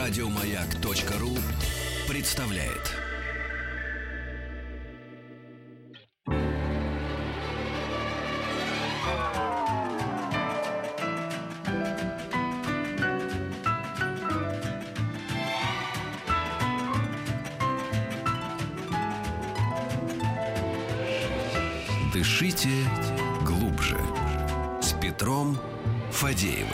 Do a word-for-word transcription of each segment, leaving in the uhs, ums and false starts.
Радиомаяк.ру представляет. Дышите глубже с Петром Фадеевым.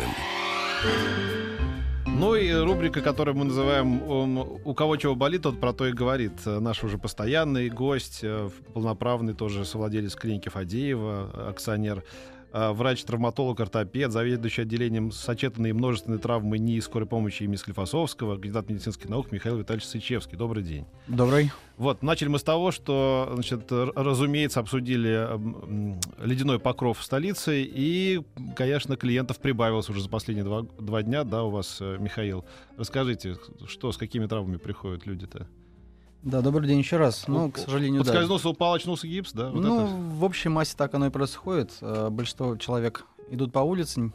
Ну и рубрика, которую мы называем «У кого чего болит, тот про то и говорит». Наш уже постоянный гость, полноправный тоже совладелец клиники Фадеева, акционер, врач-травматолог, ортопед, заведующий отделением сочетанной и множественной травмы НИИ скорой помощи имени Склифосовского, кандидат медицинских наук Михаил Витальевич Сычевский. Добрый день. Добрый. Вот, начали мы с того, что, значит, разумеется, обсудили ледяной покров в столице, и, конечно, клиентов прибавилось уже за последние два, два дня, да, у вас, Михаил. Расскажите, что, с какими травмами приходят люди-то? Да, добрый день еще раз. Ну, к сожалению, да. Подскользнулся, упал, очнулся гипс, да? Вот ну, это... в общей массе так оно и происходит. Большинство человек идут по улице,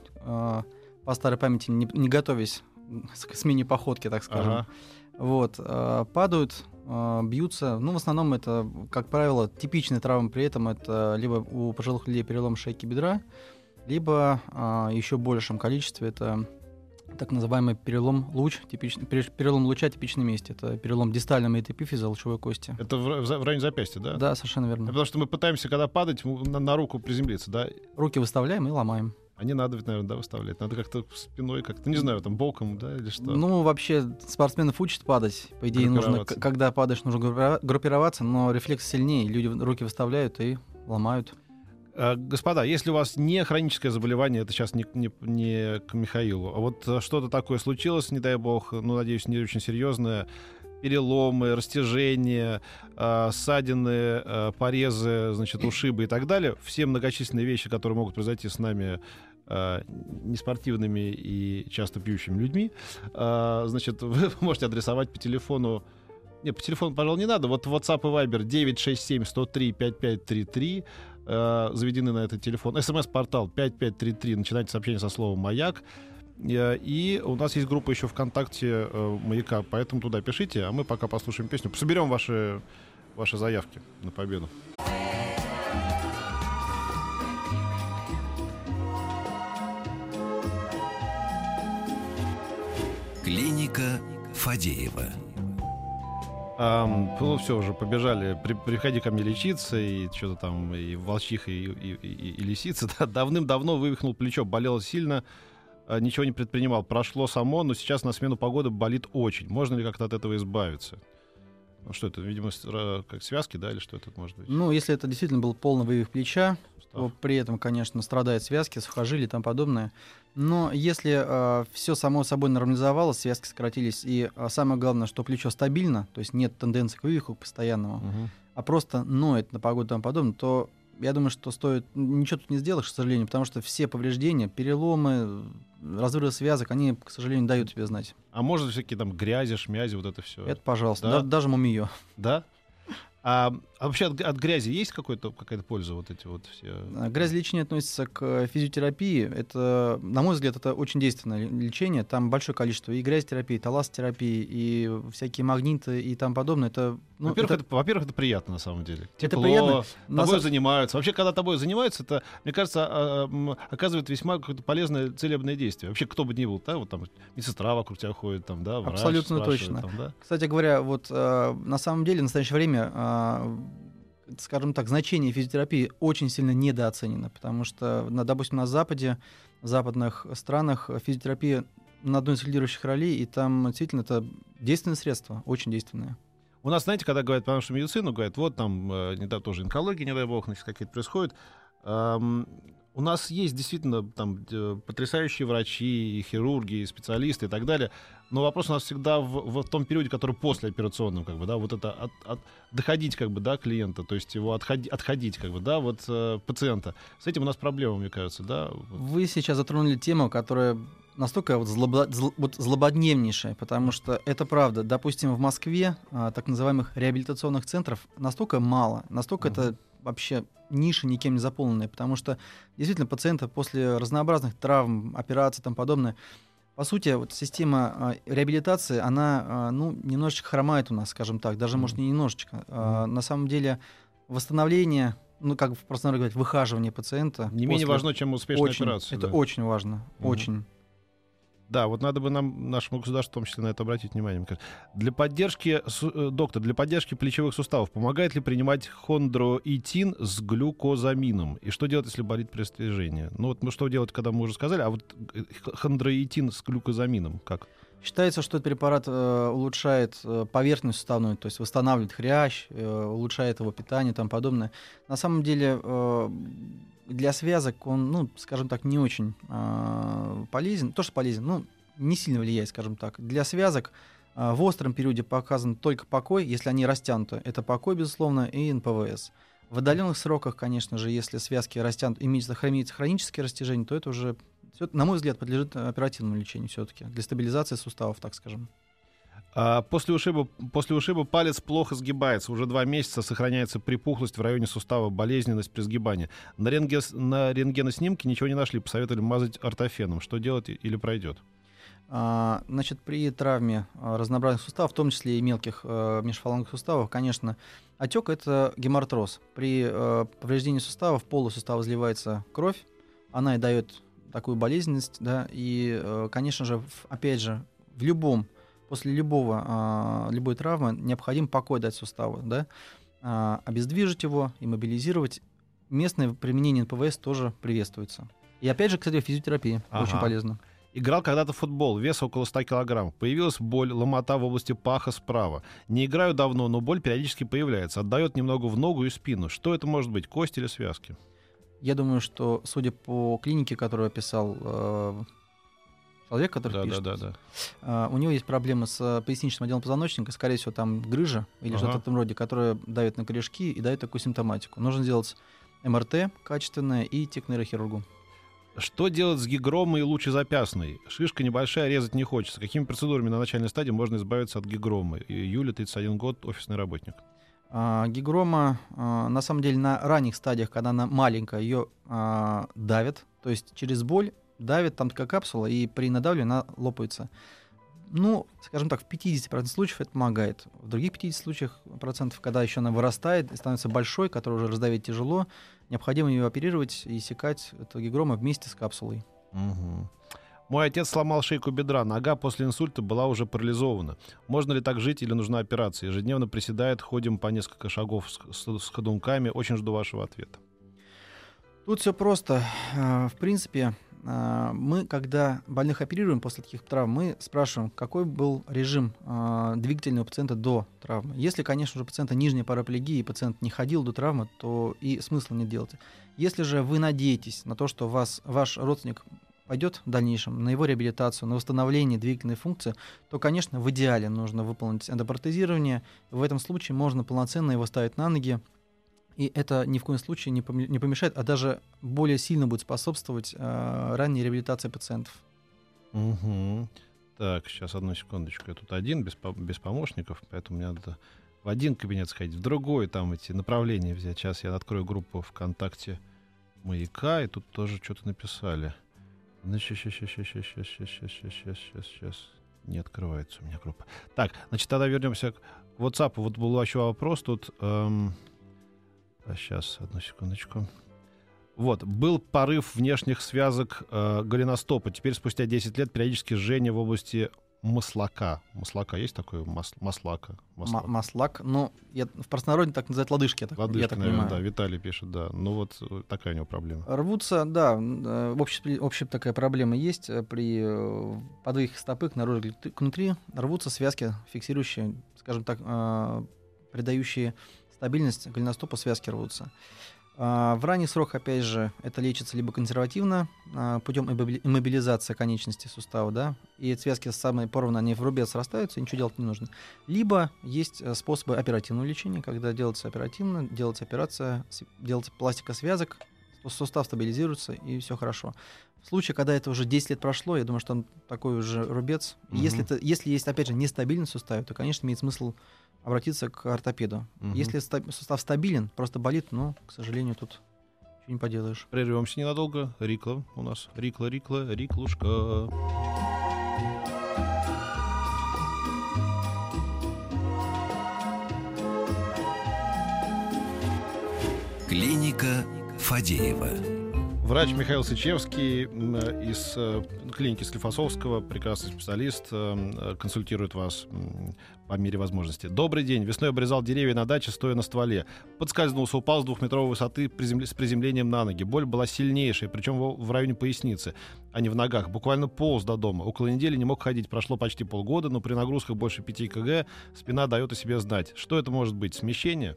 по старой памяти, не, не готовясь к смене походки, так скажем. Ага. Вот, падают, бьются. Ну, в основном это, как правило, типичные травмы при этом. Это либо у пожилых людей перелом шейки бедра, либо еще в большем количестве это так называемый перелом луч, типичный, перелом луча в типичном месте. Это перелом дистальной метапифиза лучевой кости. Это в, в районе запястья, да? Да, совершенно верно. Потому что мы пытаемся, когда падать, на, на руку приземлиться, да? Руки выставляем и ломаем. А не надо ведь, наверное, да, выставлять. Надо как-то спиной, как-то, не знаю, там, боком, да, или что? Ну, вообще, спортсменов учат падать. По идее, нужно, когда падаешь, нужно группироваться, но рефлекс сильнее. Люди руки выставляют и ломают. Господа, если у вас не хроническое заболевание, это сейчас не, не, не к Михаилу, а вот что-то такое случилось, не дай бог, ну, надеюсь, не очень серьезное, переломы, растяжения, э, ссадины, э, порезы, значит, ушибы и так далее, все многочисленные вещи, которые могут произойти с нами, э, неспортивными и часто пьющими людьми, э, значит, вы можете адресовать по телефону. Не, по телефону, пожалуй, не надо. Вот WhatsApp и Viber девять шесть семь сто три пятьдесят пять тридцать три э, заведены на этот телефон. СМС-портал пять пять три три. Начинайте сообщение со словом «Маяк». Э, и у нас есть группа еще ВКонтакте э, «Маяка», поэтому туда пишите, а мы пока послушаем песню. Соберем ваши, ваши заявки на победу. Клиника Фадеева. А, ну все, уже побежали. При, приходи ко мне лечиться, и что-то там, и волчиха, и, и, и, и лисица. Да, давным-давно вывихнул плечо, болело сильно, ничего не предпринимал. Прошло само, но сейчас на смену погоды болит очень. Можно ли как-то от этого избавиться? Ну что это, видимо, как связки, да, или что это может быть? Ну, если это действительно был полный вывих плеча, то при этом, конечно, страдают связки, сухожилия и тому подобное. Но если э, все само собой нормализовалось, связки сократились, и э, самое главное, что плечо стабильно, то есть нет тенденции к вывиху постоянному, угу. а просто ноет на погоду и тому подобное, то я думаю, что стоит... Ничего тут не сделаешь, к сожалению, потому что все повреждения, переломы, разрывы связок, они, к сожалению, дают тебе знать. А может, всякие там грязи, шмязи, вот это все? Это, пожалуйста, да? да, даже мумиё. Да? А, а вообще от, от грязи есть какая-то польза? Вот эти вот все? Грязь лечения относится к физиотерапии. Это, на мой взгляд, это очень действенное лечение. Там большое количество и грязь-терапии, и таласс-терапии, и всякие магниты и тому подобное. Это, ну, во-первых, это... Это, во-первых, это приятно на самом деле. Это Тепло, приятно. Тобой на... занимаются. Вообще, когда тобой занимаются, это, мне кажется, оказывает весьма какое-то полезное целебное действие. Вообще, кто бы ни был, да, вот там медсестра вокруг тебя ходит, там, да, врач. Абсолютно точно. Там, да? Кстати говоря, вот на самом деле в настоящее время, скажем так, значение физиотерапии очень сильно недооценено, потому что, допустим, на Западе, в западных странах физиотерапия на одной из лидирующих ролей, и там действительно это действенное средство, очень действенное. У нас, знаете, когда говорят про нашу медицину, говорят, вот там, не да, тоже онкология, не дай бог, значит, какие-то происходят. Эм, у нас есть действительно там потрясающие врачи, и хирурги, и специалисты и так далее. Но вопрос у нас всегда в, в том периоде, который послеоперационном, как бы, да, вот это от, от, доходить, как бы, да, клиента, то есть его отходи, отходить, как бы, да, вот э, пациента. С этим у нас проблема, мне кажется, да. Вы сейчас затронули тему, которая настолько вот, злобо, зл, вот злободневнейшая, потому что это правда. Допустим, в Москве а, так называемых реабилитационных центров настолько мало, настолько uh-huh. это вообще ниша никем не заполненная, потому что действительно пациенты после разнообразных травм, операций и тому подобное, По сути, вот система э, реабилитации, она э, ну, немножечко хромает у нас, скажем так, даже, mm-hmm. может, не немножечко. Э, на самом деле восстановление, ну, как в простонародье говорить, выхаживание пациента... Не менее важно, чем успешная очень, операция. Это да. очень важно, mm-hmm. очень. Да, вот надо бы нам, нашему государству, в том числе, на это обратить внимание. Для поддержки, доктор, для поддержки плечевых суставов помогает ли принимать хондроитин с глюкозамином? И что делать, если болит при растяжении? Ну вот мы что делать, когда мы уже сказали, а вот хондроитин с глюкозамином как? Считается, что этот препарат э, улучшает э, поверхность суставную, то есть восстанавливает хрящ, э, улучшает его питание и тому подобное. На самом деле э, для связок он, ну, скажем так, не очень э, полезен. То, что полезен, ну, не сильно влияет, скажем так. Для связок э, в остром периоде показан только покой, если они растянуты. Это покой, безусловно, и эн пэ вэ эс. В отдаленных сроках, конечно же, если связки растянуты, имеется хронические растяжения, то это уже... Все, на мой взгляд, подлежит оперативному лечению все-таки, для стабилизации суставов, так скажем. А после ушиба, после ушиба палец плохо сгибается. Уже два месяца сохраняется припухлость в районе сустава, болезненность при сгибании. На, рентген, на рентгеноснимке ничего не нашли, посоветовали мазать ортофеном. Что делать или пройдет? А, значит, при травме разнообразных суставов, в том числе и мелких э, межфаланговых суставов, конечно, отек — это гемартроз. При э, повреждении суставов в полу сустава изливается кровь, она и дает такую болезненность, да, и, конечно же, опять же, в любом, после любого, любой травмы необходим покой дать суставу, да, обездвижить его, иммобилизировать. Местное применение эн пэ вэ эс тоже приветствуется. И опять же, кстати, физиотерапия ага. очень полезна. Играл когда-то в футбол, вес около ста килограмм. Появилась боль, ломота в области паха справа. Не играю давно, но боль периодически появляется. Отдает немного в ногу и спину. Что это может быть, кости или связки? Я думаю, что, судя по клинике, которую описал э, человек, который да, пишет, да, да, да. Э, у него есть проблемы с поясничным отделом позвоночника, скорее всего, там грыжа или ага. что-то в этом роде, которая давит на корешки и дает такую симптоматику. Нужно сделать эм эр тэ качественное и идти к нейрохирургу. Что делать с гигромой и лучезапястной? Шишка небольшая, резать не хочется. Какими процедурами на начальной стадии можно избавиться от гигромы? Юля, тридцать один год, офисный работник. А, гигрома, а, на самом деле, на ранних стадиях, когда она маленькая, ее а, давят, то есть через боль давит, там такая капсула, и при надавливании она лопается. Ну, скажем так, в пятидесяти процентах случаев это помогает. В других пятидесяти случаях, процентов, когда еще она вырастает и становится большой, которую уже раздавить тяжело, необходимо ее оперировать и секать эту гигрому вместе с капсулой. Угу. Мой отец сломал шейку бедра, нога после инсульта была уже парализована. Можно ли так жить или нужна операция? Ежедневно приседает, ходим по несколько шагов с, с, с ходунками. Очень жду вашего ответа. Тут все просто. В принципе, мы, когда больных оперируем после таких травм, мы спрашиваем, какой был режим двигательный у пациента до травмы. Если, конечно же, у пациента нижняя параплегия, и пациент не ходил до травмы, то и смысла не делать. Если же вы надеетесь на то, что вас, ваш родственник пойдет в дальнейшем на его реабилитацию, на восстановление двигательной функции, то, конечно, в идеале нужно выполнить эндопротезирование. В этом случае можно полноценно его ставить на ноги, и это ни в коем случае не помешает, а даже более сильно будет способствовать э, ранней реабилитации пациентов. Угу. Так, сейчас одну секундочку. Я тут один, без, без помощников, поэтому мне надо в один кабинет сходить, в другой, там эти направления взять. Сейчас я открою группу ВКонтакте «Маяка», и тут тоже что-то написали. Значит, сейчас, сейчас, сейчас, сейчас, сейчас, сейчас, сейчас, сейчас, сейчас. Не открывается у меня группа. Так, значит, тогда вернемся к WhatsApp. Вот был еще вопрос тут. Эм... А сейчас, одну секундочку. Вот, был порыв внешних связок э, голеностопа. Теперь, спустя десять лет, периодически жжение в области маслака. Маслака есть такое? Мас, маслака. Маслак. Маслак. Ну, я, в простонародье так называют лодыжки. Я так, лодыжки, я так наверное, понимаю. Да, Виталий пишет, да. Ну вот такая у него проблема. Рвутся, да, общая, общая такая проблема есть. При подвигах стопы к наружу внутри рвутся связки, фиксирующие, скажем так, придающие стабильность голеностопа, связки рвутся. В ранних сроках, опять же, это лечится либо консервативно, путем иммобилизации конечности сустава, да, и связки самые порванные, они в рубец срастаются, и ничего делать не нужно. Либо есть способы оперативного лечения, когда делается оперативно, делается операция, делается пластика связок, сустав стабилизируется, и все хорошо. В случае, когда это уже десять лет прошло, я думаю, что он такой уже рубец. Угу. Если, это, если есть, опять же, нестабильность в суставе, то, конечно, имеет смысл обратиться к ортопеду. Угу. Если сустав стабилен, просто болит, но, к сожалению, тут ничего не поделаешь. Прервемся ненадолго. Рикла у нас. Рикла, Рикла, Риклушка. Клиника Фадеева. Врач Михаил Сычевский из клиники Склифосовского, прекрасный специалист, консультирует вас по мере возможности. Добрый день. Весной обрезал деревья на даче, стоя на стволе. Подскользнулся, упал с двухметровой высоты с приземлением на ноги. Боль была сильнейшая, причем в районе поясницы, а не в ногах. Буквально полз до дома. Около недели не мог ходить. Прошло почти полгода, но при нагрузках больше пяти килограмм спина дает о себе знать. Что это может быть? Смещение?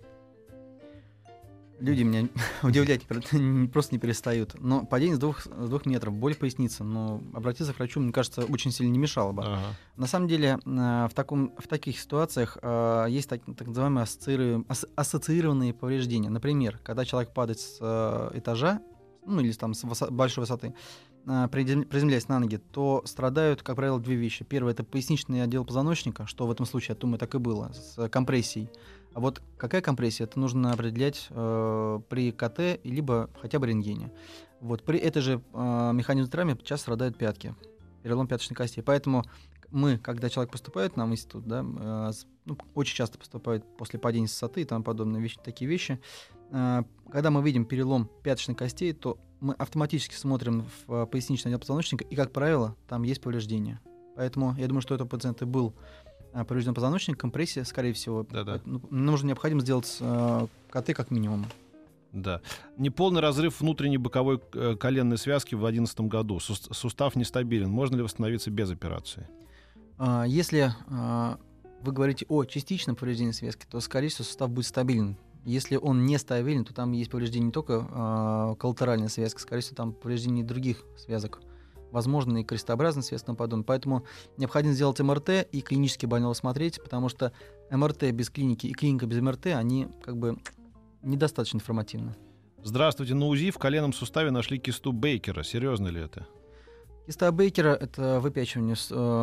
Люди меня удивлять просто не перестают. Но падение с двух, с двух метров, боль в пояснице. Но обратиться к врачу, мне кажется, очень сильно не мешало бы. Ага. На самом деле, в, таком, в таких ситуациях есть так, так называемые ассоциированные, ассоциированные повреждения. Например, когда человек падает с этажа, ну или там с высо- большой высоты, приземляясь на ноги, то страдают, как правило, две вещи. Первое — это поясничный отдел позвоночника, что в этом случае, я думаю, так и было, с компрессией. А вот какая компрессия, это нужно определять э, при КТ либо хотя бы рентгене. Вот, при этой же э, механизме травмы часто страдают пятки, перелом пяточной кости. Поэтому мы, когда человек поступает в нам институт, да, э, ну, очень часто поступают после падения с высоты и тому подобные вещи, такие вещи. Э, когда мы видим перелом пяточной кости, то мы автоматически смотрим в поясничный отдел позвоночника, и, как правило, там есть повреждения. Поэтому я думаю, что у этого пациента был поврежден позвоночник, компрессия, скорее всего. Да-да. Нужно необходимо сделать э, КТ как минимум. Да. Неполный разрыв внутренней боковой э, коленной связки в две тысячи одиннадцатом году. Сус- сустав нестабилен. Можно ли восстановиться без операции? А, если а, вы говорите о частичном повреждении связки, то, скорее всего, сустав будет стабилен. Если он не стабилен, то там есть повреждение не только а, коллатеральной связки, скорее всего, там повреждение других связок. Возможно, и крестообразный связь и тому подобное. Поэтому необходимо сделать МРТ и клинически больного смотреть, потому что МРТ без клиники и клиника без МРТ, они как бы недостаточно информативны. Здравствуйте. На УЗИ в коленном суставе нашли кисту Бейкера. Серьезно ли это? Киста Бейкера — это выпячивание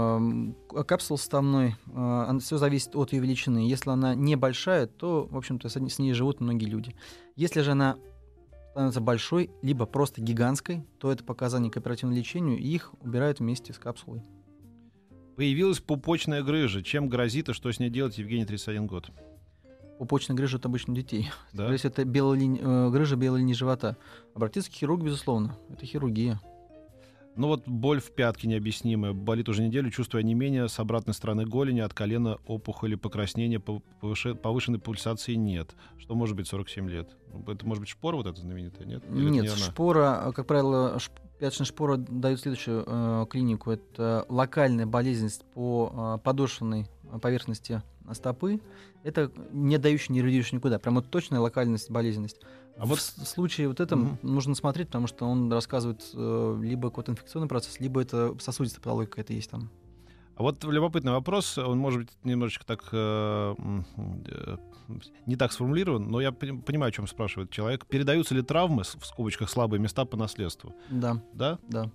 э, капсулы суставной. Э, все зависит от ее величины. Если она небольшая, то, в общем-то, с, с ней живут многие люди. Если же она становится большой, либо просто гигантской, то это показание к оперативному лечению, и их убирают вместе с капсулой. Появилась пупочная грыжа. Чем грозит и что с ней делать? Евгений, тридцать один год. Пупочная грыжа — это обычно детей. Да? То есть это белая линь... э, грыжа белой линии живота. Обратиться к хирургу, безусловно. Это хирургия. Ну вот боль в пятке необъяснимая. Болит уже неделю, чувствуя онемение с обратной стороны голени, от колена опухоли, покраснения, повыше... повышенной пульсации нет. Что может быть сорок семь лет? Это может быть шпора вот эта знаменитая, нет? Или нет, не шпора, как правило, шп... пяточная шпора дает следующую э, клинику. Это локальная болезненность по э, подошвенной поверхности стопы. Это не дающая, не радирующая никуда. Прямо вот точная локальность, болезненность. А в вот в случае вот этом угу. нужно смотреть, потому что он рассказывает э, либо какой-то инфекционный процесс, либо это сосудистая патология какая-то есть там. А вот любопытный вопрос, он может быть немножечко так э, э, не так сформулирован, но я понимаю, о чем спрашивает человек. Передаются ли травмы, в скобочках, слабые места по наследству? Да. Да? Да.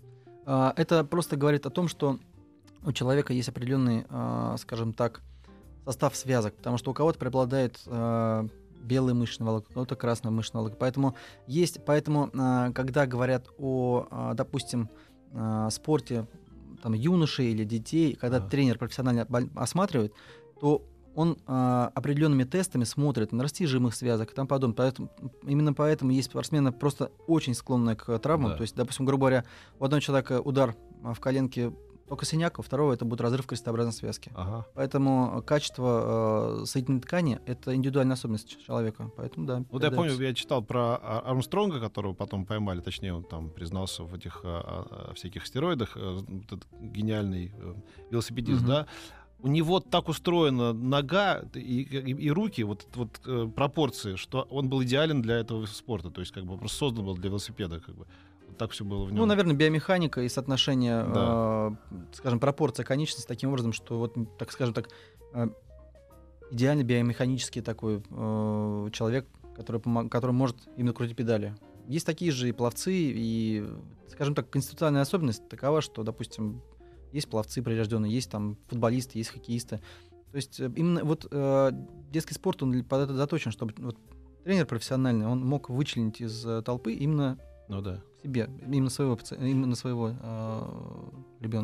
А, это просто говорит о том, что у человека есть определенный, а, скажем так, состав связок, потому что у кого-то преобладает а, белые мышечные волокна, у кого-то красные мышечные волокна. Поэтому есть, поэтому, а, когда говорят о, а, допустим, а, спорте там, юношей или детей, когда а. тренер профессионально осматривает, то он а, определенными тестами смотрит на растяжимых связок и тому подобное. Поэтому, именно поэтому есть спортсмены просто очень склонны к травмам. Да. То есть, допустим, грубо говоря, у одного человека удар в коленке только синяк, у второго это будет разрыв крестообразной связки. Ага. Поэтому качество э, соединительной ткани — это индивидуальная особенность человека. Поэтому, да, вот я помню, я читал про Армстронга, которого потом поймали, точнее, он там признался в этих а, а, всяких стероидах, этот гениальный э, велосипедист, угу. да. У него так устроена нога и, и, и руки, вот, вот э, пропорции, что он был идеален для этого спорта. То есть, как бы, просто создан был для велосипеда, как бы. Так все было в нем. Ну, наверное, биомеханика и соотношение, да. э, скажем, пропорция конечности таким образом, что вот, так скажем так, э, идеальный биомеханический такой э, человек, который, помог, который может именно крутить педали. Есть такие же и пловцы, и, скажем так, конституционная особенность такова, что, допустим, есть пловцы прирожденные, есть там футболисты, есть хоккеисты. То есть именно вот э, детский спорт, он под это заточен, чтобы вот, тренер профессиональный, он мог вычленить из э, толпы именно ну, да. себе, именно своего, именно своего э, ребенка.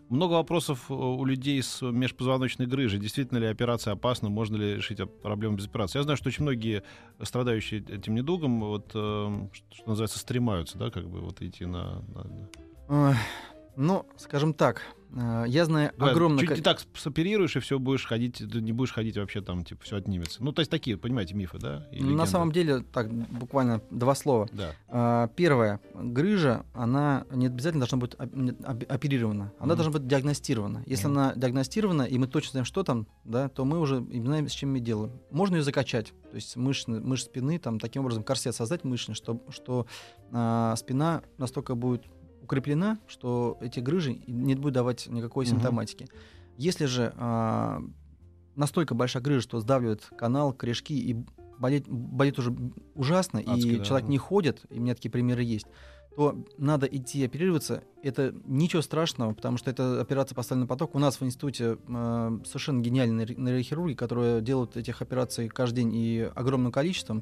Много вопросов у людей с межпозвоночной грыжей. Действительно ли операция опасна? Можно ли решить проблему без операции? Я знаю, что очень многие страдающие этим недугом, вот, э, что называется, стремаются, да, как бы вот идти на... на... Ну, скажем так, я знаю да, огромное... Чуть не так соперируешь, и все будешь ходить, ты не будешь ходить вообще там, типа, все отнимется. Ну, то есть такие, понимаете, мифы, да? На самом деле, так, буквально два слова. Да. Первое. Грыжа, она не обязательно должна быть оперирована. Она mm. должна быть диагностирована. Если mm. она диагностирована, и мы точно знаем, что там, да, то мы уже знаем, с чем мы делаем. Можно ее закачать. То есть мышцы, мышцы спины, там, таким образом корсет создать мышечный, что, что а, спина настолько будет укреплена, что эти грыжи не будут давать никакой uh-huh. симптоматики. Если же а, настолько большая грыжа, что сдавливает канал, корешки, и болит, болит уже ужасно, Адски, и да. человек не ходит, и у меня такие примеры есть, то надо идти оперироваться. Это ничего страшного, потому что это операция поставлена на поток. У нас в институте э, совершенно гениальные нейрохирурги, которые делают этих операций каждый день и огромным количеством.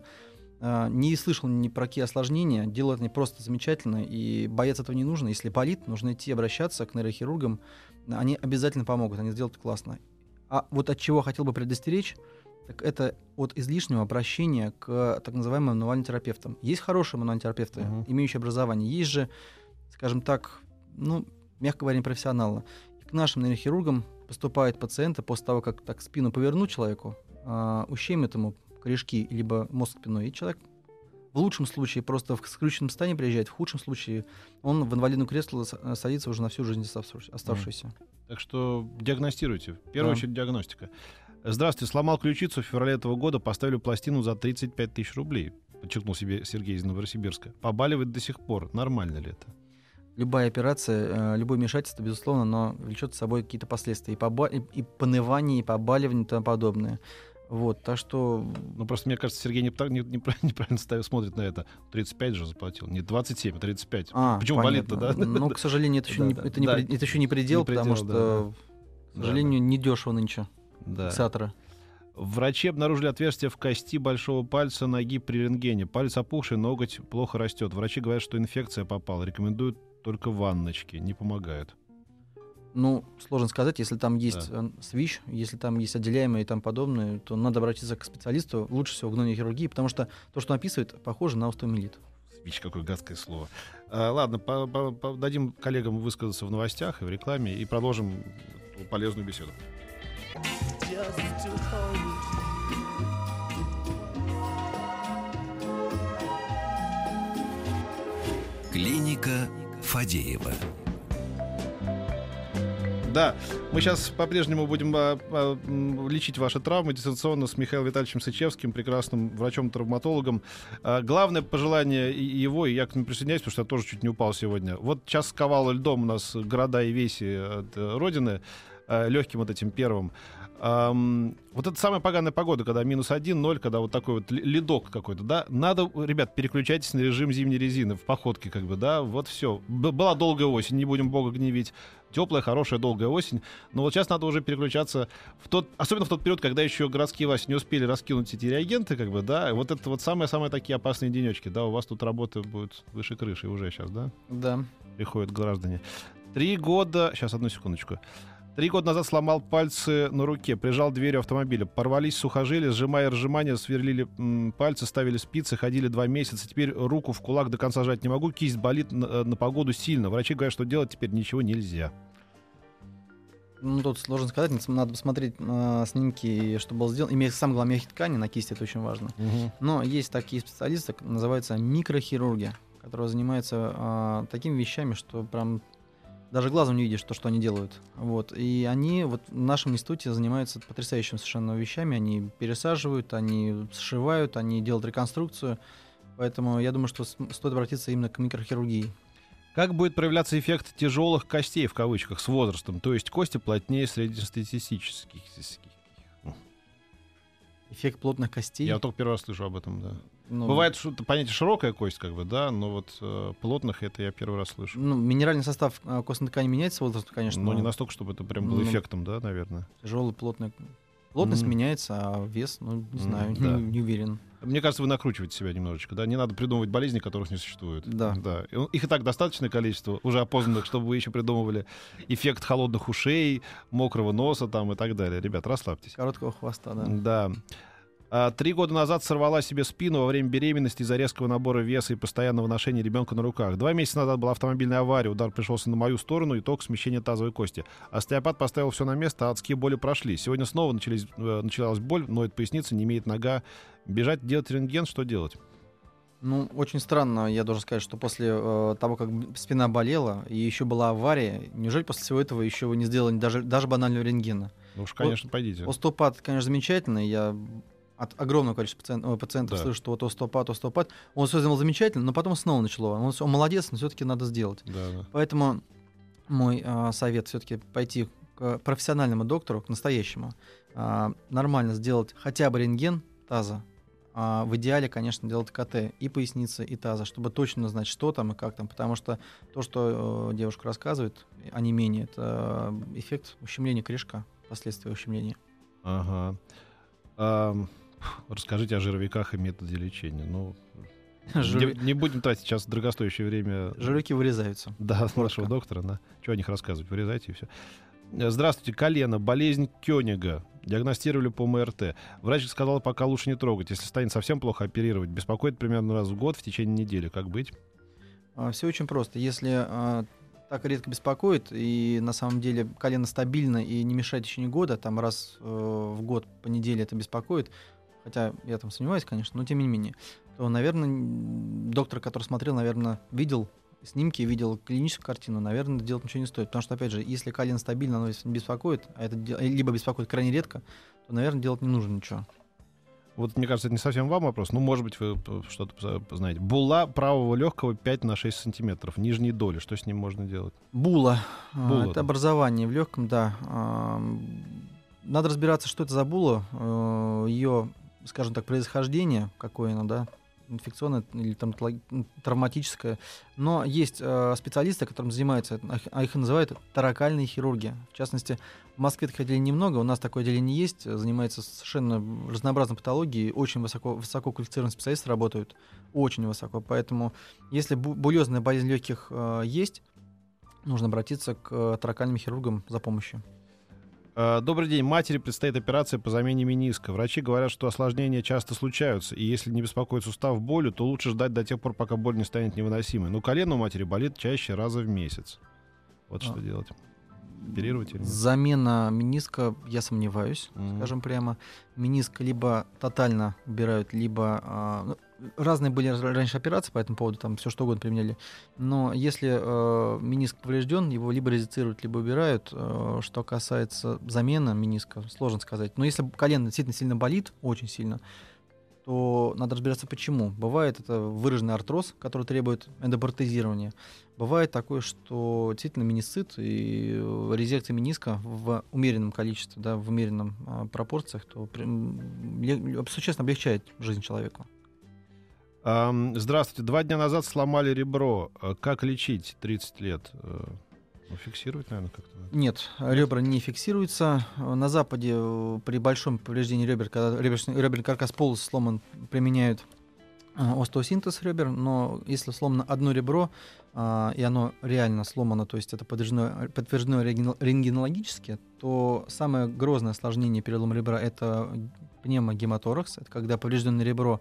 Не слышал ни про какие осложнения, делают они просто замечательно, и бояться этого не нужно. Если болит, нужно идти обращаться к нейрохирургам, они обязательно помогут, они сделают классно. А вот от чего хотел бы предостеречь, так это от излишнего обращения к так называемым мануальным терапевтам. Есть хорошие мануальные терапевты, uh-huh. имеющие образование, есть же, скажем так, ну, мягко говоря, профессионалы. И к нашим нейрохирургам поступают пациенты после того, как так спину повернуть человеку, а, ущемит ему корешки, либо мозг спиной, и человек в лучшем случае просто в скрюченном состоянии приезжает, в худшем случае он в инвалидное кресло садится уже на всю жизнь оставшуюся. Mm. Так что диагностируйте. В первую да. очередь диагностика. Здравствуйте, сломал ключицу в феврале этого года, поставили пластину за тридцать пять тысяч рублей, подчеркнул себе Сергей из Новосибирска. Побаливает до сих пор. Нормально ли это? Любая операция, любое вмешательство, безусловно, но влечет с собой какие-то последствия. И, поба- и понывание, и побаливание и тому подобное. Вот, так что... Ну, просто, мне кажется, Сергей неправильно, неправильно ставит, смотрит на это. тридцать пять же заплатил. Не двадцать семь, а тридцать пять. А, почему болит-то, да? Ну, к сожалению, это еще, да, не, да, это не, да. это еще не предел, не потому предел, что, да, к сожалению, да, да. недешево нынче да. фиксаторы. Врачи обнаружили отверстие в кости большого пальца ноги при рентгене. Палец опухший, ноготь плохо растет. Врачи говорят, что инфекция попала. Рекомендуют только ванночки. Не помогают. Ну, сложно сказать, если там есть да. свищ, если там есть отделяемые и тому подобное, то надо обратиться к специалисту, лучше всего в гнойной хирургии, потому что то, что он описывает, похоже на остеомиелит. Свищ, какое гадкое слово. А, ладно, по- по- по- дадим коллегам высказаться в новостях и в рекламе, и продолжим полезную беседу. Клиника Фадеева. Да, мы сейчас по-прежнему будем а, а, лечить ваши травмы дистанционно с Михаилом Витальевичем Сычевским, прекрасным врачом-травматологом. А, главное пожелание его, и я к нему присоединяюсь, потому что я тоже чуть не упал сегодня. Вот сейчас сковало льдом у нас города и веси от Родины, а, легким вот этим первым. Um, вот это самая поганая погода, когда минус один, ноль, когда вот такой вот ледок какой-то, да. Надо, ребят, переключайтесь на режим зимней резины в походке, как бы, да. Вот все. Б- была долгая осень, не будем Бога гневить. Теплая, хорошая, долгая осень. Но вот сейчас надо уже переключаться в тот, особенно в тот период, когда еще городские власти не успели раскинуть эти реагенты, как бы, да. Вот это вот самые-самые такие опасные денечки, да. У вас тут работа будет выше крыши уже сейчас, да? Да. Приходят граждане. Три года... Сейчас, одну секундочку. Три года назад сломал пальцы на руке, прижал дверью автомобиля. Порвались сухожилия, сжимая разжимания, сверлили м, пальцы, ставили спицы, ходили два месяца. Теперь руку в кулак до конца жать не могу, кисть болит на, на погоду сильно. Врачи говорят, что делать теперь ничего нельзя. Ну, тут сложно сказать, надо посмотреть э, снимки, что было сделано. Имея самое главное мягкие ткани на кисти, это очень важно. Угу. Но есть такие специалисты, называются микрохирурги, которые занимаются э, такими вещами, что прям... Даже глазом не видишь то, что они делают. Вот. И они вот в нашем институте занимаются потрясающими совершенно вещами. Они пересаживают, они сшивают, они делают реконструкцию. Поэтому я думаю, что стоит обратиться именно к микрохирургии. Как будет проявляться эффект тяжелых костей, в кавычках, с возрастом? То есть кости плотнее среднестатистических. Эффект плотных костей? Я вот только первый раз слышу об этом, да. Ну, бывает что понятие широкая кость, как бы, да, но вот э, плотных это я первый раз слышу. Ну, минеральный состав э, костной ткани меняется с возрастом, конечно. Но не настолько, чтобы это прям было ну, эффектом, да, наверное. Тяжелый, плотный. Плотность mm. меняется, а вес, ну, не знаю, mm, да. не, не уверен. Мне кажется, вы накручиваете себя немножечко, да? Не надо придумывать болезни, которых не существует. Да. Да. Их и так достаточное количество, уже опознанных, чтобы вы еще придумывали эффект холодных ушей, мокрого носа там и так далее. Ребят, расслабьтесь. Короткого хвоста, да. Да. А, три года назад сорвала себе спину во время беременности из-за резкого набора веса и постоянного ношения ребенка на руках. Два месяца назад была автомобильная авария, удар пришелся на мою сторону, итог смещения тазовой кости. Остеопат поставил все на место, а адские боли прошли. Сегодня снова начались, э, началась боль, ноет поясница, не имеет нога. Бежать, делать рентген, что делать? Ну, очень странно, я должен сказать, что после э, того, как спина болела, и еще была авария, неужели после всего этого еще вы не сделали даже, даже банального рентгена? Ну уж, конечно, пойдите. Остеопат, конечно, замечательный, я... От огромного количества пациент, пациентов да. слышу, что вот остеопат, остеопат. Он все сделал замечательно, но потом снова начало. Он, он молодец, но все-таки надо сделать. Да, да. Поэтому мой э, совет все-таки пойти к профессиональному доктору, к настоящему, э, нормально сделать хотя бы рентген таза. А в идеале, конечно, делать КТ и поясницы, и таза, чтобы точно знать, что там и как там. Потому что то, что э, девушка рассказывает, а не менее, это э, эффект ущемления корешка, последствия ущемления. Ага. А... Расскажите о жировиках и методе лечения. Ну, Жир... не, не будем тратить сейчас дорогостоящее время. Жировики вырезаются. Да, с нашего доктора. Да. Чего о них рассказывать? Вырезайте и все. Здравствуйте, колено. Болезнь Кёнига. Диагностировали по эм эр тэ. Врач сказал, пока лучше не трогать. Если станет совсем плохо, оперировать. Беспокоит примерно раз в год в течение недели. Как быть? Все очень просто. Если а, так редко беспокоит, и на самом деле колено стабильно и не мешает в течение года, там раз э, в год по неделе это беспокоит, хотя я там сомневаюсь, конечно, но тем не менее, то, наверное, доктор, который смотрел, наверное, видел снимки, видел клиническую картину, наверное, делать ничего не стоит. Потому что, опять же, если колено стабильно, оно не беспокоит, а это либо беспокоит крайне редко, то, наверное, делать не нужно ничего. Вот, мне кажется, это не совсем вам вопрос. Ну, может быть, вы что-то знаете. Була правого легкого пять на шесть сантиметров. Нижней доли. Что с ним можно делать? Була. Була это да. образование в легком, да. Надо разбираться, что это за була. Ее, скажем так, происхождение, какое оно, да, инфекционное или там, травматическое. Но есть э, специалисты, которым занимаются, а их называют торакальные хирурги. В частности, в Москве таких отделений немного, у нас такое отделение есть, занимается совершенно разнообразной патологией, очень высоко, высоко квалифицированные специалисты работают, очень высоко. Поэтому, если булезная болезнь легких э, есть, нужно обратиться к торакальным хирургам за помощью. Добрый день. Матери предстоит операция по замене мениска. Врачи говорят, что осложнения часто случаются, и если не беспокоит сустав болью, то лучше ждать до тех пор, пока боль не станет невыносимой. Но колено у матери болит чаще раза в месяц. Вот а. что делать. Оперировать или нет? Замена мениска, я сомневаюсь, mm-hmm. скажем прямо. Мениск либо тотально убирают, либо... А, разные были раньше операции по этому поводу, там все что угодно применяли. Но если э, мениск поврежден, его либо резицируют, либо убирают. Э, что касается замены мениска, сложно сказать. Но если колено действительно сильно болит, очень сильно, то надо разбираться, почему. Бывает это выраженный артроз, который требует эндопротезирования. Бывает такое, что действительно менисцит и резекция мениска в умеренном количестве, да, в умеренных э, пропорциях, то при, существенно облегчает жизнь человеку. Здравствуйте. Два дня назад сломали ребро. Как лечить? тридцать лет. Ну, фиксировать, наверное, как-то надо. Нет, ребра не фиксируются. На Западе при большом повреждении ребер, когда реберный, реберный каркас полностью сломан, применяют остеосинтез ребер, но если сломано одно ребро, и оно реально сломано, то есть это подтверждено, подтверждено рентгенологически, то самое грозное осложнение перелома ребра — это пневмогемоторакс. Это когда поврежденное ребро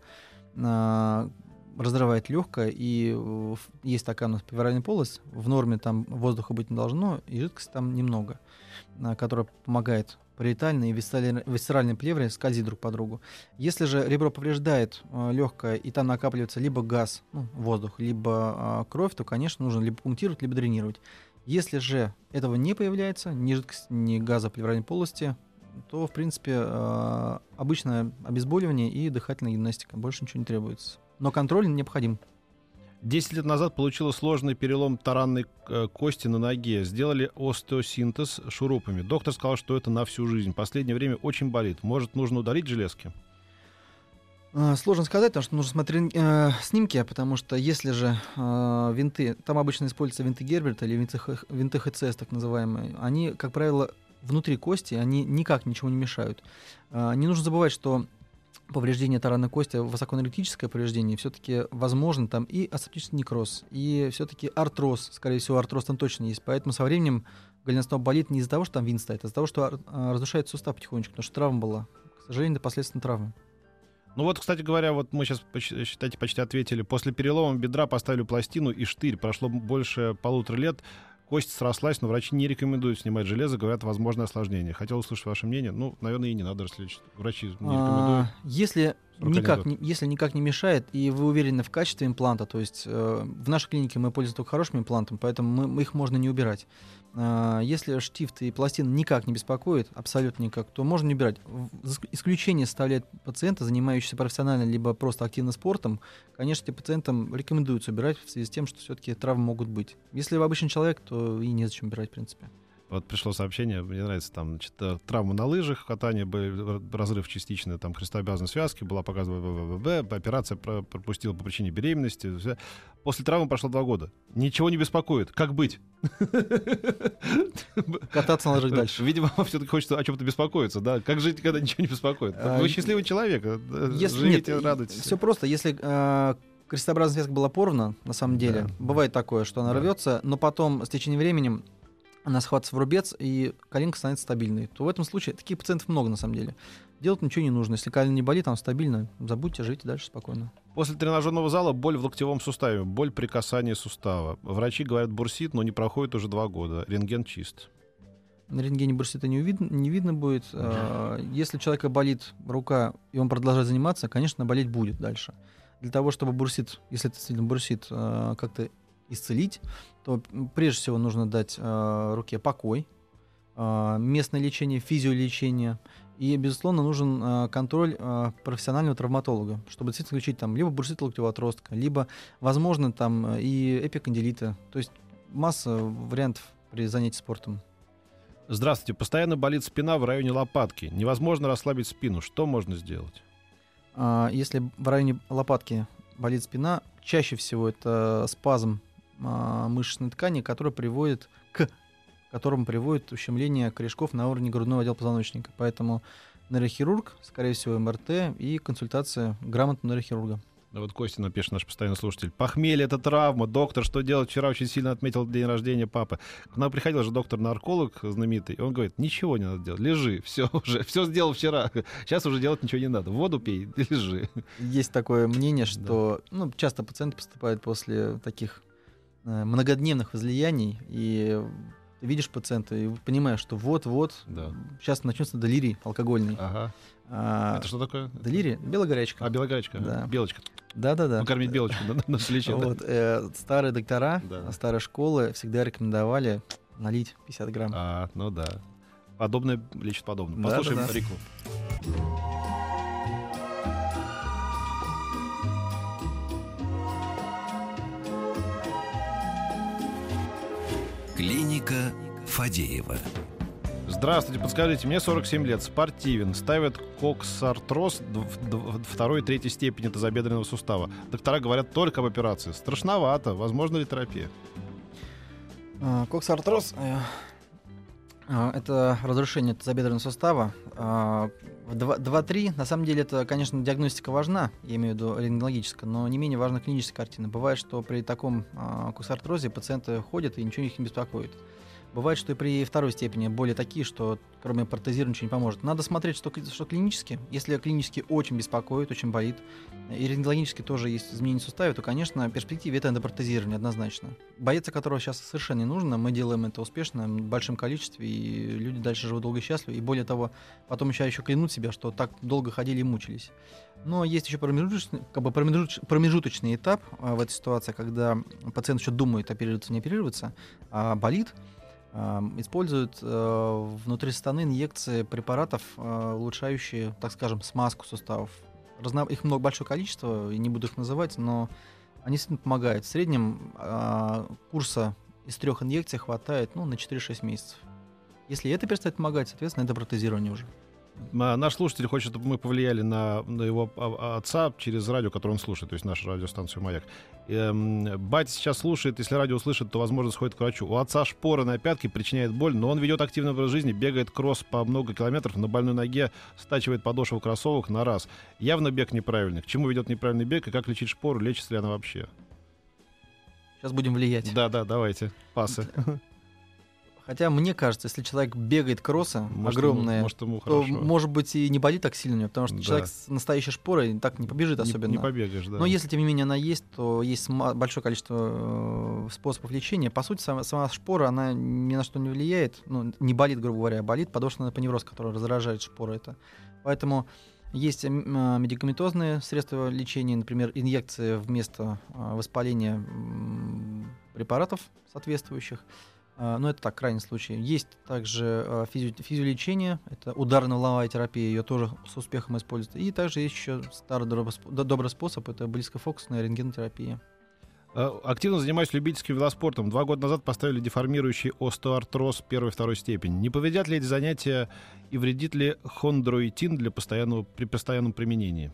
разрывает легкое, и есть такая у нас плевральная полость, в норме там воздуха быть не должно, и жидкости там немного, которая помогает париетальной и висцеральной плевре скользить друг по другу. Если же ребро повреждает легкое, и там накапливается либо газ, ну, воздух, либо кровь, то, конечно, нужно либо пунктировать, либо дренировать. Если же этого не появляется, ни жидкости, ни газа плевральной полости, то, в принципе, обычное обезболивание и дыхательная гимнастика. Больше ничего не требуется. Но контроль необходим. Десять лет назад получила сложный перелом таранной кости на ноге. Сделали остеосинтез шурупами. Доктор сказал, что это на всю жизнь. В последнее время очень болит. Может, нужно удалить железки? Сложно сказать, потому что нужно смотреть э, снимки, потому что если же э, винты, там обычно используются винты Герберта или винты, винты эйч эс, так называемые, они, как правило, внутри кости, они никак ничего не мешают. Не нужно забывать, что повреждение таранной кости, высокоэнергетическое повреждение, все-таки возможно там и асептический некроз, и все-таки артроз, скорее всего, артроз там точно есть. Поэтому со временем голеностоп болит не из-за того, что там винт стоит, а из-за того, что разрушается сустав потихонечку, потому что травма была. К сожалению, это последствия травмы. Ну вот, кстати говоря, вот мы сейчас, считайте, почти ответили. После перелома бедра поставили пластину и штырь. Прошло больше полутора лет. Кость срослась, но врачи не рекомендуют снимать железо, говорят, возможное осложнение. Хотел услышать ваше мнение. Ну, наверное, и не надо, если врачи не рекомендуют. А, если, никак, не, если никак не мешает, и вы уверены в качестве импланта, то есть э, в нашей клинике мы пользуемся только хорошими имплантами, поэтому мы, мы их можно не убирать. А, если штифт и пластина никак не беспокоит, абсолютно никак, то можно не убирать. Исключение составляет пациенты, занимающиеся профессионально либо просто активно спортом. Конечно, этим пациентам рекомендуется убирать в связи с тем, что все-таки травмы могут быть. Если вы обычный человек, то и незачем убирать, в принципе. Вот пришло сообщение, мне нравится, там, значит, травма на лыжах, катание, разрыв частичный, там, крестообразной связки, была показана операция пропустила по причине беременности. После травмы прошло два года. Ничего не беспокоит. Как быть? Кататься на лыжах дальше. Видимо, вам все-таки хочется о чем-то беспокоиться, да? Как жить, когда ничего не беспокоит? Вы счастливый человек, живите, радуйтесь. Все просто. Если крестообразная связка была порвана, на самом деле, бывает такое, что она рвется, но потом с течением времени она схватывается в рубец, и коленка становится стабильной, то в этом случае таких пациентов много на самом деле. Делать ничего не нужно. Если колено не болит, там стабильно, забудьте, живите дальше спокойно. После тренажерного зала боль в локтевом суставе, боль при касании сустава. Врачи говорят бурсит, но не проходит уже два года. Рентген чист. На рентгене бурсита не видно, не видно будет. Mm-hmm. Если у человека болит рука, и он продолжает заниматься, конечно, болеть будет дальше. Для того, чтобы бурсит, если это действительно бурсит, как-то исцелить, то прежде всего нужно дать э, руке покой, э, местное лечение, физиолечение, и, безусловно, нужен э, контроль э, профессионального травматолога, чтобы действительно исключить там либо бурсит локтевого отростка, либо, возможно, там и эпикондилита. То есть масса вариантов при занятии спортом. Здравствуйте. Постоянно болит спина в районе лопатки. Невозможно расслабить спину. Что можно сделать? А, если в районе лопатки болит спина, чаще всего это спазм мышечной ткани, которая приводит к которому приводит ущемление корешков на уровне грудного отдела позвоночника. Поэтому нейрохирург, скорее всего, эм эр тэ и консультация грамотного нейрохирурга. Да вот Костя напишет, наш постоянный слушатель. Похмелье — это травма. Доктор, что делать? Вчера очень сильно отметил день рождения папы. К нам приходил же доктор-нарколог знаменитый, и он говорит, ничего не надо делать, лежи, все уже, все сделал вчера. Сейчас уже делать ничего не надо. Воду пей, лежи. Есть такое мнение, что да. ну, часто пациенты поступают после таких э, многодневных возлияний, и ты видишь пациента и понимаешь, что вот-вот да. сейчас начнется делирий алкогольный. Ага. А, это что такое? Делирий? Белогорячка. А, белогорячка. Да. Белочка. Да-да-да. Ну, кормить белочку на, на плече. Вот, э, старые доктора, да. старые школы всегда рекомендовали налить пятьдесят грамм. А, ну да. Подобное лечит подобное. Послушаем да, да, да. Рику. Клиника Фадеева. Здравствуйте, подскажите, мне сорок семь лет, спортивен, ставят коксартроз второй и третьей степени тазобедренного сустава. Доктора говорят только об операции. Страшновато. Возможно ли терапия? Коксартроз — это разрушение тазобедренного сустава. два-три, на самом деле, это, конечно, диагностика важна, я имею в виду рентгенологическая, но не менее важна клиническая картина. Бывает, что при таком коксартрозе пациенты ходят и ничего их не беспокоит. Бывает, что и при второй степени боли такие, что кроме протезирования ничего не поможет. Надо смотреть, что, что клинически. Если клинически очень беспокоит, очень болит, и рентгенологически тоже есть изменения в суставе, то, конечно, в перспективе это эндопротезирование однозначно. Бояться которого сейчас совершенно не нужно. Мы делаем это успешно, в большом количестве, и люди дальше живут долго и счастливо. И более того, потом еще, еще клянут себя, что так долго ходили и мучились. Но есть еще промежуточный, как бы промежуч, промежуточный этап в этой ситуации, когда пациент еще думает, оперироваться, не оперироваться, а болит. Используют э, внутри станы инъекции препаратов, э, улучшающие, так скажем, смазку суставов. Разно... Их много, большое количество, и не буду их называть, но они действительно помогают. В среднем э, курса из трех инъекций хватает ну, на четыре-шесть месяцев. Если это перестает помогать, соответственно, это протезирование уже. Наш слушатель хочет, чтобы мы повлияли на, на его отца через радио, которое он слушает, то есть нашу радиостанцию «Маяк». Эм, батя сейчас слушает, если радио услышит, то, возможно, сходит к врачу. У отца шпора на пятке причиняет боль, но он ведет активный образ жизни, бегает кросс по много километров, на больной ноге стачивает подошву кроссовок на раз. Явно бег неправильный. К чему ведет неправильный бег и как лечить шпору, лечится ли она вообще? Сейчас будем влиять. Да-да, давайте, пасы. Хотя, мне кажется, если человек бегает кроссы может, огромные, ему, может, ему то, хорошо. может быть, и не болит так сильно, потому что да. человек с настоящей шпорой так не побежит особенно. Не, не побегаешь, да. Но если, тем не менее, она есть, то есть большое количество способов лечения. По сути, сама, сама шпора, она ни на что не влияет, ну, не болит, грубо говоря, болит подошвенный апоневроз, который раздражает шпору. Это. Поэтому есть медикаментозные средства лечения, например, инъекции вместо воспаления препаратов соответствующих. Но это так, крайний случай. Есть также физи- физиолечение, это ударно-волновая терапия, ее тоже с успехом используют. И также есть еще старый добрый способ, это близкофокусная рентгенотерапия. Активно занимаюсь любительским велоспортом. Два года назад поставили деформирующий остеоартроз первой и второй степени. Не повредят ли эти занятия и вредит ли хондроитин для постоянного, при постоянном применении?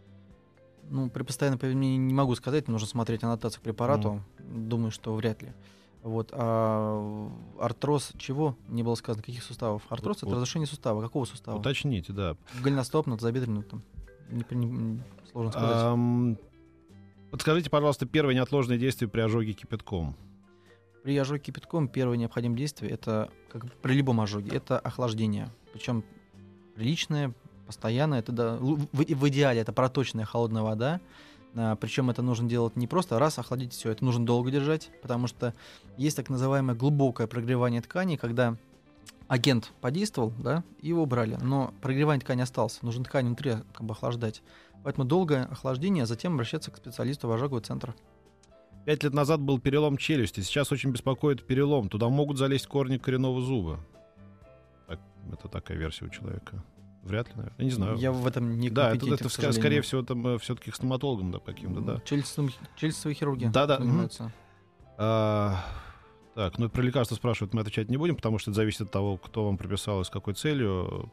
Ну, при постоянном применении не могу сказать, нужно смотреть аннотацию к препарату. Mm. Думаю, что вряд ли. Вот. А артроз чего? Не было сказано, каких суставов? Артроз вот, — это вот. разрушение сустава. Какого сустава? Уточните, да. Голеностопный, тазобедренный, там. Не, не, сложно сказать. А, подскажите, пожалуйста, первое неотложное действие при ожоге кипятком. При ожоге кипятком первое необходимое действие — это, как при любом ожоге, это охлаждение. Причем приличное, постоянное. Это, да, в, в идеале это проточная холодная вода. А, причем это нужно делать не просто раз охладить все, это нужно долго держать, потому что есть так называемое глубокое прогревание ткани, когда агент подействовал, да, и его убрали, но прогревание ткани осталось, нужно ткань внутри как бы охлаждать. Поэтому долгое охлаждение, а затем обращаться к специалисту в ожоговый центр. Пять лет назад был перелом челюсти, сейчас очень беспокоит перелом. Туда могут залезть корни коренного зуба. Так, это такая версия у человека. Вряд ли, наверное. Я не знаю. Я в этом не да, компетентен, это, это к сожалению. Скорее всего, там все-таки к стоматологам, да, каким-то, да. Челюстевые, челюстевые хирурги. Да, да. Занимаются. А, так, ну про лекарства спрашивать мы отвечать не будем, потому что это зависит от того, кто вам прописал и с какой целью.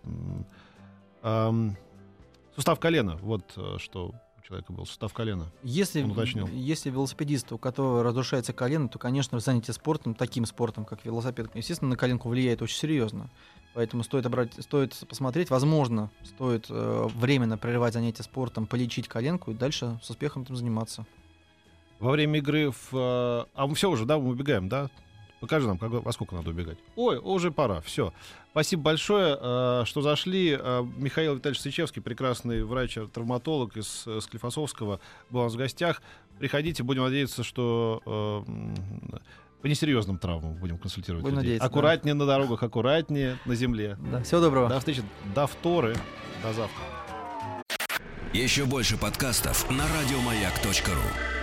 А, сустав колена, вот что у человека был, сустав колена. Если, если велосипедист, у которого разрушается колено, то, конечно, занятие спортом, таким спортом, как велосипед, естественно, на коленку влияет очень серьезно. Поэтому стоит, обрать, стоит посмотреть, возможно, стоит э, временно прерывать занятия спортом, полечить коленку и дальше с успехом этим заниматься. Во время игры в... Э, а мы все уже, да, мы убегаем, да? Покажи нам, как, во сколько надо убегать. Ой, уже пора, все. Спасибо большое, э, что зашли. Э, Михаил Витальевич Сычевский, прекрасный врач-травматолог из э, Склифосовского, был у нас в гостях. Приходите, будем надеяться, что... Э, по несерьезным травмам будем консультировать будем людей. Надеяться, аккуратнее да. на дорогах, аккуратнее на земле. Да. Всего доброго. До встречи. До вторы. До завтра. Еще больше подкастов на радиомаяк точка ру.